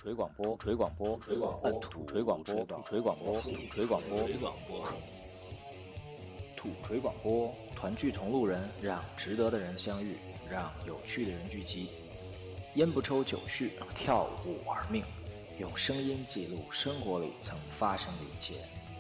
锤广播，土锤广播，土锤广播，土锤广播，土锤广播，土锤广播，团聚同路人，让值得的人相遇，让有趣的人聚集。烟不抽酒续，跳舞玩命，用声音记录生活里曾发生的一切。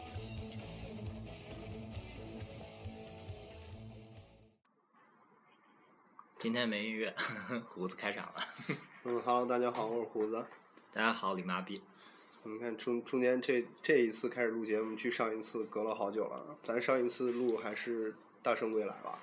今天没音乐，胡子开场了。 Hello， 大家好，我是胡子。 大家好，李麻痹。 你看中间这一次开始录节目，距上一次隔了好久了。咱上一次录还是大圣归来吧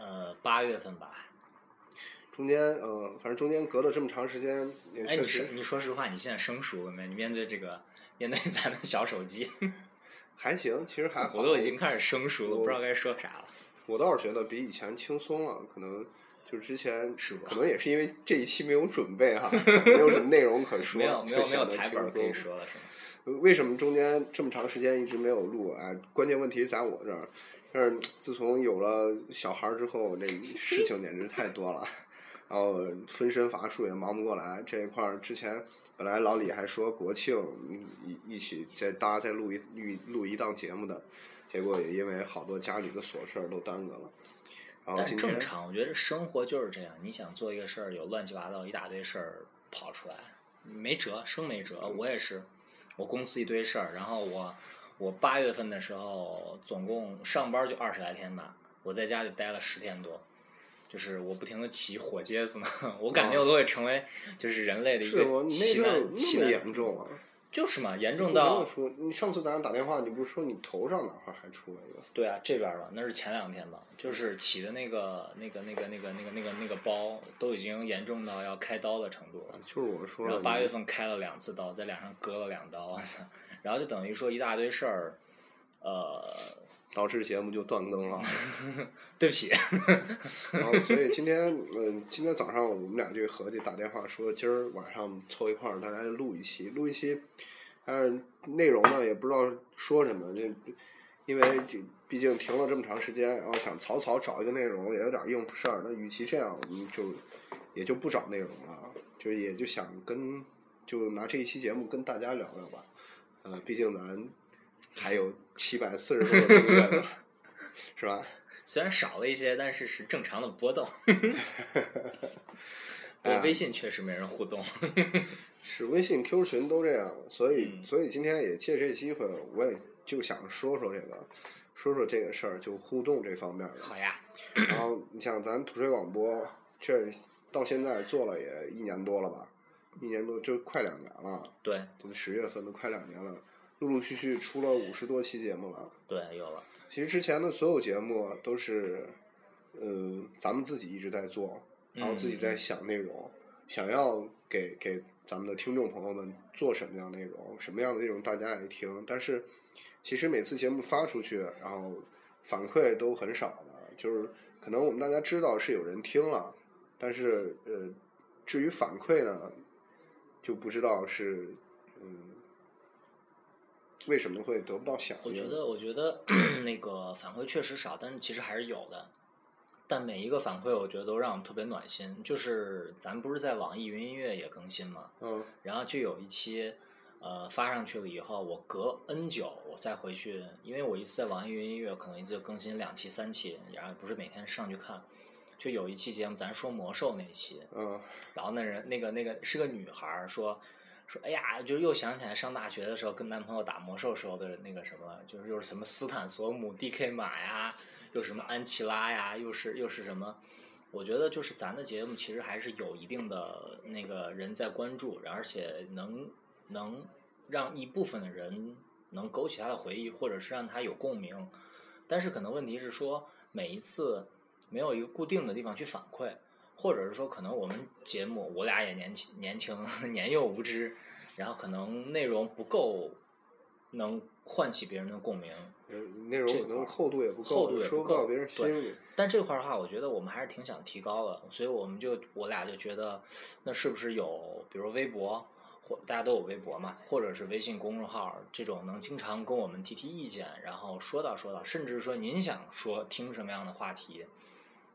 ？8月份吧。 中间反正中间隔了这么长时间，也确实。 你说实话，你现在生疏了没？你面对咱的小手机， 还行，其实还好。 我都已经开始生疏了，不知道该说啥了。 我倒是觉得比以前轻松了，可能就是之前可能也是因为这一期没有准备哈，没有什么内容可说， 没有台本可以说了是吗？ 为什么中间这么长时间一直没有录？关键问题在我这儿，就是自从有了小孩之后，这事情简直太多了。然后分身乏术也忙不过来，这一块儿之前本来老李还说国庆一起大家再录一档节目的，结果也因为好多家里的琐事儿都耽搁了。然后但正常，我觉得生活就是这样，你想做一个事儿，有乱七八糟一大堆事儿跑出来，没辙，生没辙。我也是，我公司一堆事儿，然后我8月份的时候总共上班就20来天吧，我在家就待了10天多。就是我不停的起火疖子嘛，我感觉我都会成为就是人类的一个奇难。 那么严重啊？ 就是嘛，严重到你上次咱俩打电话，你不是说你头上哪块还出了一个？ 对啊，这边吧，那是前2天吧，就是起的那个包都已经严重到要开刀的程度了。 就是我说， 然后8月份开了2次刀，在脸上割了2刀，然后就等于说一大堆事儿， 导致节目就断更了。 对不起。 然后所以今天早上我们俩就合计打电话说，今儿晚上凑一块儿，大家录一期，内容呢也不知道说什么，因为毕竟停了这么长时间，然后想草找一个内容也有点应付事儿，那与其这样，我们也就不找内容了，就也就想就拿这一期节目跟大家聊聊吧，毕竟咱还有740多个订阅呢，是吧？ 虽然少了一些，但是是正常的波动。对，微信确实没人互动。 是微信 Q 群都这样，所以今天也借这机会，我也就想说说这个事儿，就互动这方面的。 好呀。 然后你像咱土水广播，这到现在做了也1年多了吧，1年多就快2年了。 对， 就10月份都快2年了，陆陆续续出了50多期节目了。 对，有了。 其实之前的所有节目都是，咱们自己一直在做，然后自己在想内容，想要给咱们的听众朋友们做什么样的内容，什么样的内容大家爱听。但是其实每次节目发出去，然后反馈都很少的，就是可能我们大家知道是有人听了，但是至于反馈呢，就不知道是为什么会得不到响应。 我觉得那个反馈确实少，但是其实还是有的。但每一个反馈我觉得都让我们特别暖心，就是咱不是在网易云音乐也更新嘛，然后就有一期发上去了以后，我隔 N 久我再回去，因为我一次在网易云音乐可能一次就更新2期3期，然后不是每天上去看，就有一期节目咱说魔兽那期，然后那个是个女孩说哎呀，就是又想起来上大学的时候跟男朋友打魔兽时候的那个什么，就是又是什么斯坦索姆 DK 马呀，又什么安琪拉呀，又是什么。我觉得就是咱的节目其实还是有一定的那个人在关注，而且能让一部分的人能勾起他的回忆，或者是让他有共鸣。但是可能问题是说每一次没有一个固定的地方去反馈，或者是说可能我们节目我俩也年轻年幼无知，然后可能内容不够能唤起别人的共鸣， 内容可能厚度也不够，说不到别人心里。 但这块的话我觉得我们还是挺想提高的，所以我俩就觉得那是不是有比如微博，或大家都有微博嘛，或者是微信公众号这种能经常跟我们提意见，然后说到，甚至说您想说听什么样的话题，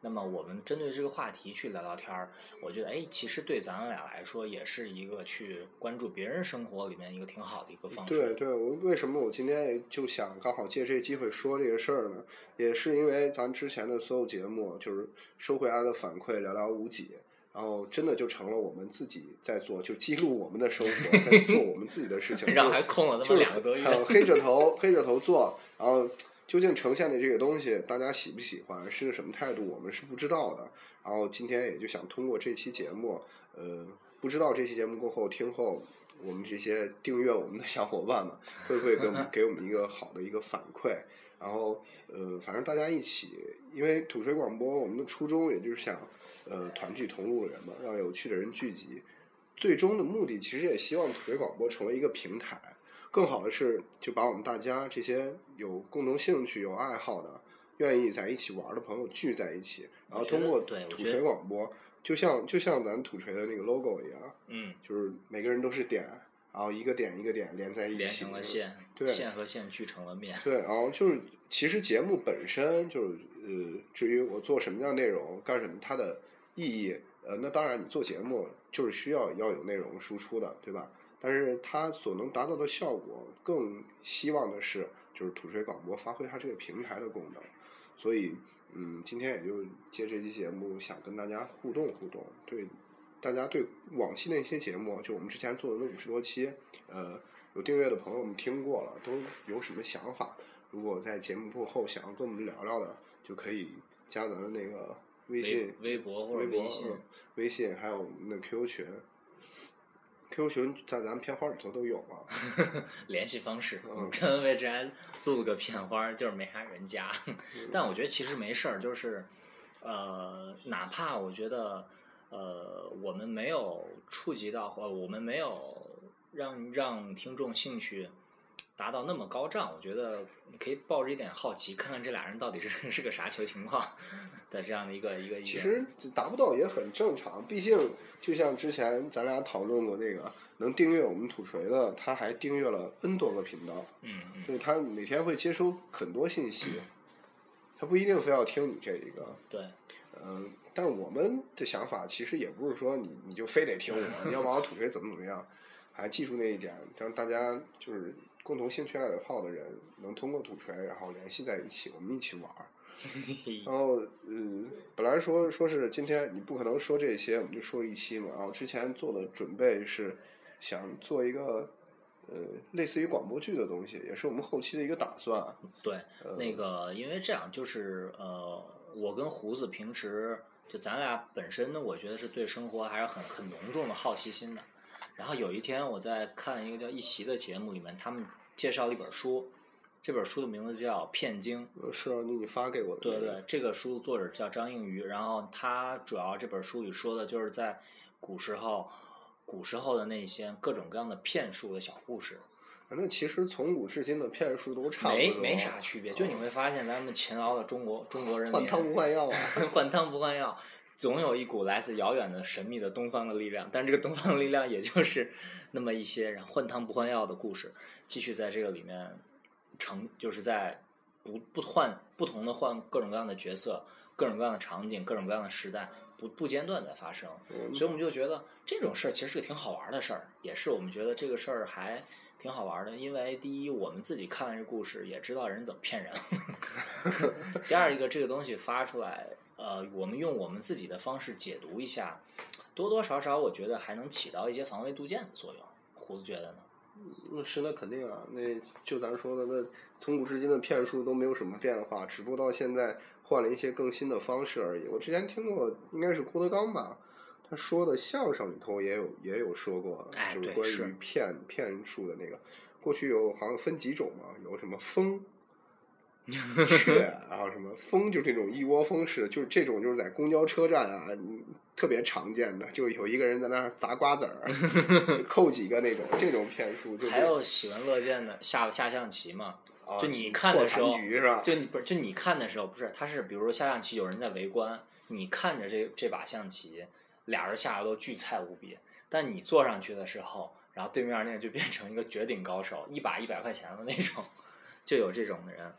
那么我们针对这个话题去聊聊天儿，我觉得其实对咱俩来说也是一个去关注别人生活里面一个挺好的一个方式。 对对，为什么我今天就想刚好借这个机会说这个事儿呢？也是因为咱之前的所有节目就是收回来的反馈寥寥无几，然后真的就成了我们自己在做，就记录我们的生活，在做我们自己的事情。 然后还空了那么2个多月， 黑着头做，然后究竟呈现的这个东西大家喜不喜欢，是个什么态度，我们是不知道的。然后今天也就想通过这期节目，不知道这期节目过后听后，我们这些订阅我们的小伙伴们会不会给我们一个好的一个反馈。然后反正大家一起，因为土锤广播我们的初衷也就是想团聚同路人嘛，让有趣的人聚集。最终的目的其实也希望土锤广播成为一个平台，更好的是就把我们大家这些有共同兴趣有爱好的愿意在一起玩的朋友聚在一起，然后通过土锤广播就像咱土锤的那个 logo 一样，就是每个人都是点，然后一个点一个点连在一起， 连成了线， 对， 线和线聚成了面。 对，然后就是其实节目本身就是至于我做什么样的内容干什么它的意义，那当然你做节目就是需要有内容输出的，对吧？但是它所能达到的效果，更希望的是就是土锤广播发挥它这个平台的功能。所以今天也就借这期节目想跟大家互动互动，对大家对往期那些节目，就我们之前做的那50多期，有订阅的朋友们听过了，都有什么想法？如果在节目过后想要跟我们聊聊的，就可以加咱的那个微信、 微博或者微信还有我们的 QQ 群。QQ 群在咱们片花里头都有嘛？ 联系方式，陈文伟之前录了个片花，就是没啥人加。但我觉得其实没事儿，就是哪怕我觉得我们没有触及到，或我们没有让听众兴趣达到那么高涨，我觉得你可以抱着一点好奇，看看这俩人到底是个啥球情况的这样的一个。 其实达不到也很正常，毕竟就像之前咱俩讨论过那个能订阅我们土锤的，他还订阅了 N 多个频道，所以他每天会接收很多信息，他不一定非要听你这一个。 对， 但是我们的想法其实也不是说你就非得听我，你要把我土锤怎么样，还记住那一点，让大家就是共同兴趣爱好的人能通过土锤然后联系在一起，我们一起玩。然后本来说是今天你不可能说这些，我们就说一期嘛。然后之前做的准备是想做一个类似于广播剧的东西，也是我们后期的一个打算。 对，那个因为这样就是我跟胡子平时就咱俩本身呢，我觉得是对生活还是很浓重的好奇心的。然后有一天我在看一个叫一席的节目里面，他们介绍了一本书，这本书的名字叫《骗经》。 是啊，你发给我的。 对对，这个书作者叫张映瑜，然后他主要这本书里说的就是在古时候的那些各种各样的骗术的小故事。 那其实从古至今的骗术都差不多， 没啥区别。就你会发现咱们勤劳的中国人民换汤不换药啊， 换汤不换药。总有一股来自遥远的神秘的东方的力量，但这个东方的力量也就是那么一些，然后换汤不换药的故事继续在这个里面就是在不同的换各种各样的角色、各种各样的场景、各种各样的时代不间断在发生，所以我们就觉得这种事儿其实是个挺好玩的事儿，也是我们觉得这个事儿还挺好玩的，因为第一我们自己看了这故事也知道人怎么骗人第二一个这个东西发出来我们用我们自己的方式解读一下，多多少少我觉得还能起到一些防微杜渐的作用。胡子觉得呢？ 是那肯定啊，那就咱说的那从古至今的骗术都没有什么变化，只不过到现在换了一些更新的方式而已。我之前听过，应该是郭德纲吧，他说的相声里头也有说过，就是关于骗术的那个。过去好像分几种嘛，有什么风雀，然后什么风，就这种一窝蜂式，就是这种就是在公交车站啊特别常见的，就有一个人在那儿砸瓜子儿扣几个那种，这种骗术。 还有喜闻乐见的下象棋嘛，就你看的时候，就你看的时候不是，他是比如说下象棋有人在围观，你看着这把象棋，俩人下的都巨菜无比，但你坐上去的时候，然后对面那个就变成一个绝顶高手，一把100块钱的那种，就有这种的人。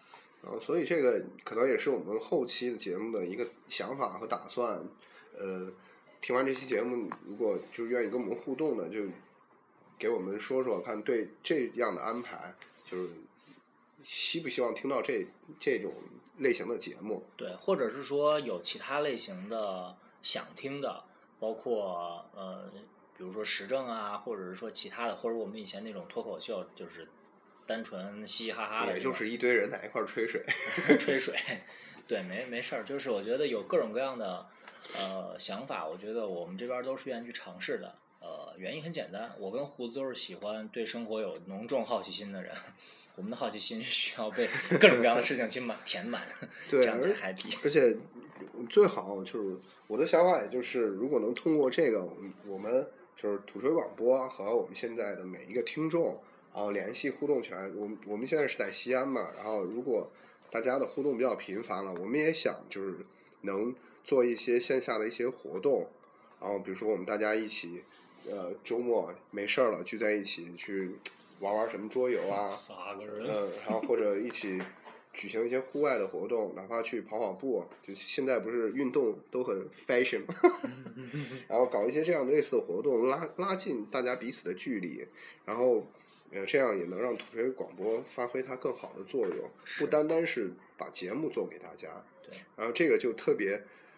所以这个可能也是我们后期的节目的一个想法和打算。听完这期节目，如果就愿意跟我们互动的，就给我们说说看，对这样的安排，就是希不希望听到这种类型的节目？ 对，或者是说有其他类型的想听的，包括比如说时政啊，或者是说其他的，或者我们以前那种脱口秀，就是单纯嘻嘻哈哈的， 也就是一堆人在一块吹水， 吹水。对，没事儿，就是我觉得有各种各样的想法，我觉得我们这边都是愿意去尝试的。原因很简单，我跟胡子都是喜欢对生活有浓重好奇心的人，我们的好奇心需要被各种各样的事情去填满， 对， 这样才 happy。 而且最好就是我的想法，也就是如果能通过这个，我们就是土锤广播和我们现在的每一个听众，然后联系互动起来。我们现在是在西安嘛，然后如果大家的互动比较频繁了，我们也想就是能做一些线下的一些活动，然后比如说我们大家一起周末没事了聚在一起去玩什么桌游啊， 3个人， 然后或者一起举行一些户外的活动，哪怕去跑步，就现在不是运动都很 fashion 嘛，然后搞一些这样类似的活动，拉近大家彼此的距离，然后这样也能让土锤广播发挥它更好的作用，不单单是把节目做给大家。 对， 然后这个就特别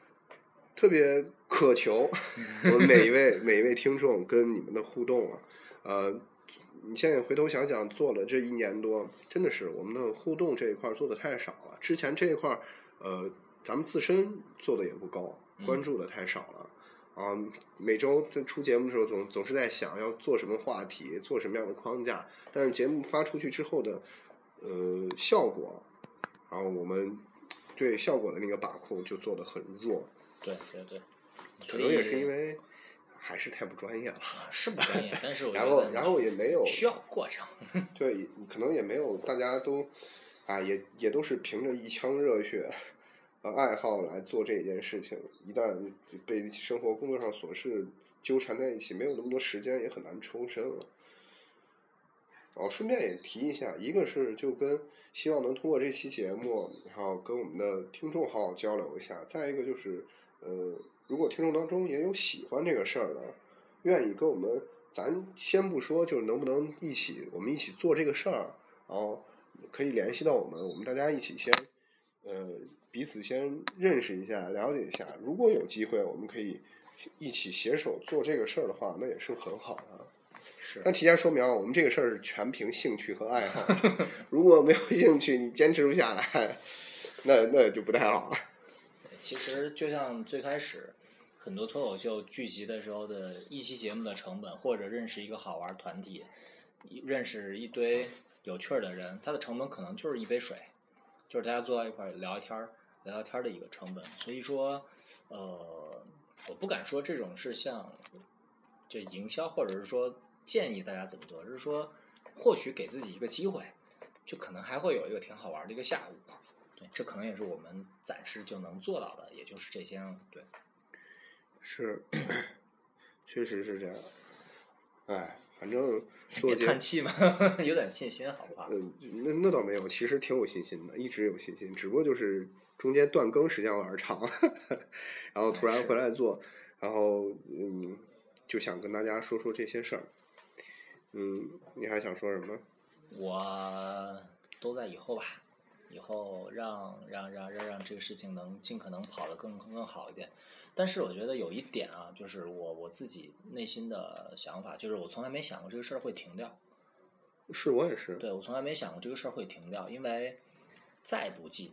渴求我们每一位听众跟你们的互动啊。你现在回头想想，做了这1年多，真的是我们的互动这一块做的太少了。之前这一块咱们自身做的也不高，关注的太少了。每周在出节目的时候总是在想要做什么话题，做什么样的框架，但是节目发出去之后的效果，然后我们对效果的那个把控就做得很弱。 对， 可能也是因为还是太不专业了， 是不专业，但是我觉得然后也没有需要过程。 对，可能也没有大家都也都是凭着一腔热血爱好来做这件事情，一旦被生活工作上琐事纠缠在一起，没有那么多时间，也很难抽身了。顺便也提一下，一个是就跟希望能通过这期节目，然后跟我们的听众好好交流一下。再一个就是如果听众当中也有喜欢这个事儿的，愿意跟我们，咱先不说就是能不能我们一起做这个事儿，然后可以联系到我们大家一起先彼此先认识一下，了解一下。如果有机会我们可以一起携手做这个事儿的话，那也是很好的。 是， 但提前说明我们这个事儿是全凭兴趣和爱好如果没有兴趣你坚持不下来，那就不太好了。 其实就像最开始很多脱口秀聚集的时候的一期节目的成本，或者认识一个好玩团体，认识一堆有趣的人，它的成本可能就是一杯水，就是大家坐在一块聊天的一个成本。所以说我不敢说这种是像就营销，或者是说建议大家怎么做，就是说或许给自己一个机会，就可能还会有一个挺好玩的一个下午。对，这可能也是我们暂时就能做到的，也就是这些。对， 是，确实是这样。反正别叹气嘛，有点信心好不好？ 那倒没有，其实挺有信心的，一直有信心，只不过就是中间断更时间有点长，然后突然回来做，然后就想跟大家说说这些事儿。你还想说什么？ 我都在以后吧。以后让这个事情能尽可能跑得更好一点。但是我觉得有一点啊，就是我自己内心的想法，就是我从来没想过这个事儿会停掉。 是，我也是。 对，我从来没想过这个事儿会停掉，因为再不济，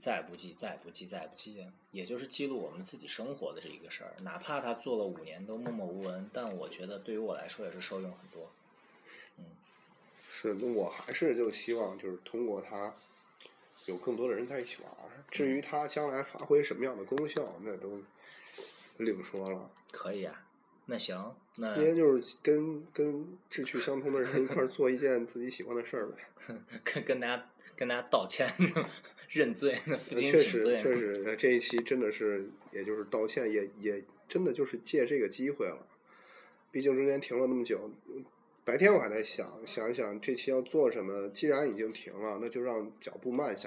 也就是记录我们自己生活的这一个事儿。哪怕他做了5年都默默无闻，但我觉得对于我来说也是受用很多。 是，那我还是就希望就是通过他有更多的人在一起玩，至于他将来发挥什么样的功效，那都另说了。 可以啊，那行，那今天就是跟志趣相同的人一块做一件自己喜欢的事儿呗。 跟大家道歉，认罪，负荆请罪。 确实，这一期真的是，也就是道歉，也真的就是借这个机会了。毕竟中间停了那么久。白天我还在想一想这期要做什么，既然已经停了，那就让脚步慢下来。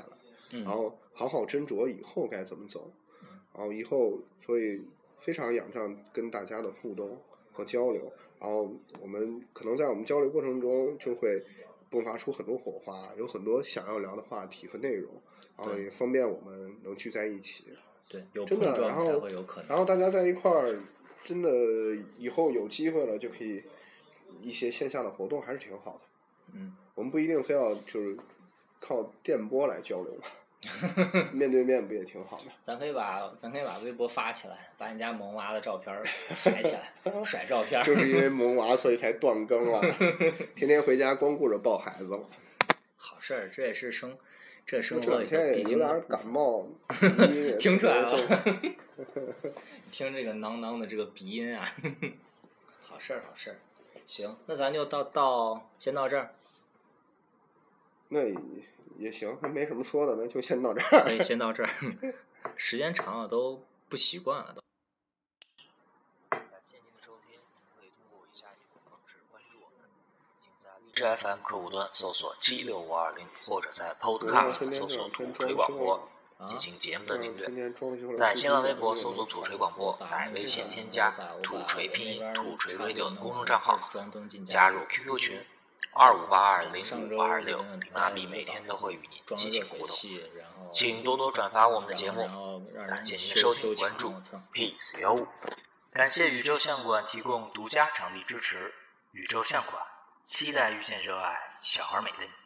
然后好好斟酌以后该怎么走，然后以后所以非常仰仗跟大家的互动和交流，然后我们可能在我们交流过程中就会迸发出很多火花，有很多想要聊的话题和内容，然后也方便我们能聚在一起。 对，有碰撞才会有可能。 然后大家在一块儿，真的以后有机会了就可以一些线下的活动，还是挺好的。我们不一定非要就是靠电波来交流吧。面对面不也挺好的？ 咱可以把微博发起来，把你家萌娃的照片甩起来，甩照片。 就是因为萌娃，所以才断更了，天天回家光顾着抱孩子了。 好事儿，这生活的一个必经的部分。有点感冒， 听出来了。你听这个囔囔的这个鼻音啊，好事儿。行，那咱就先到这儿。 那也行，还没什么说的，那就先到这儿。 可以先到这儿，时间长了都不习惯了都。感谢您的收听，可以通过以下几种方式关注我们，请在荔枝 FM 客户端搜索76520，或者在 Podcast 搜索土锤广播进行节目的订阅。在新浪微博搜索土锤广播，在微信添加土锤拼音土锤 radio 公众账号，加入 QQ 群25820526，那比每天都会与您进行互动，请多多转发我们的节目，感谢您的收听关注 ，Peace 哟！感谢宇宙相馆提供独家场地支持，宇宙相馆期待遇见热爱小而美的你。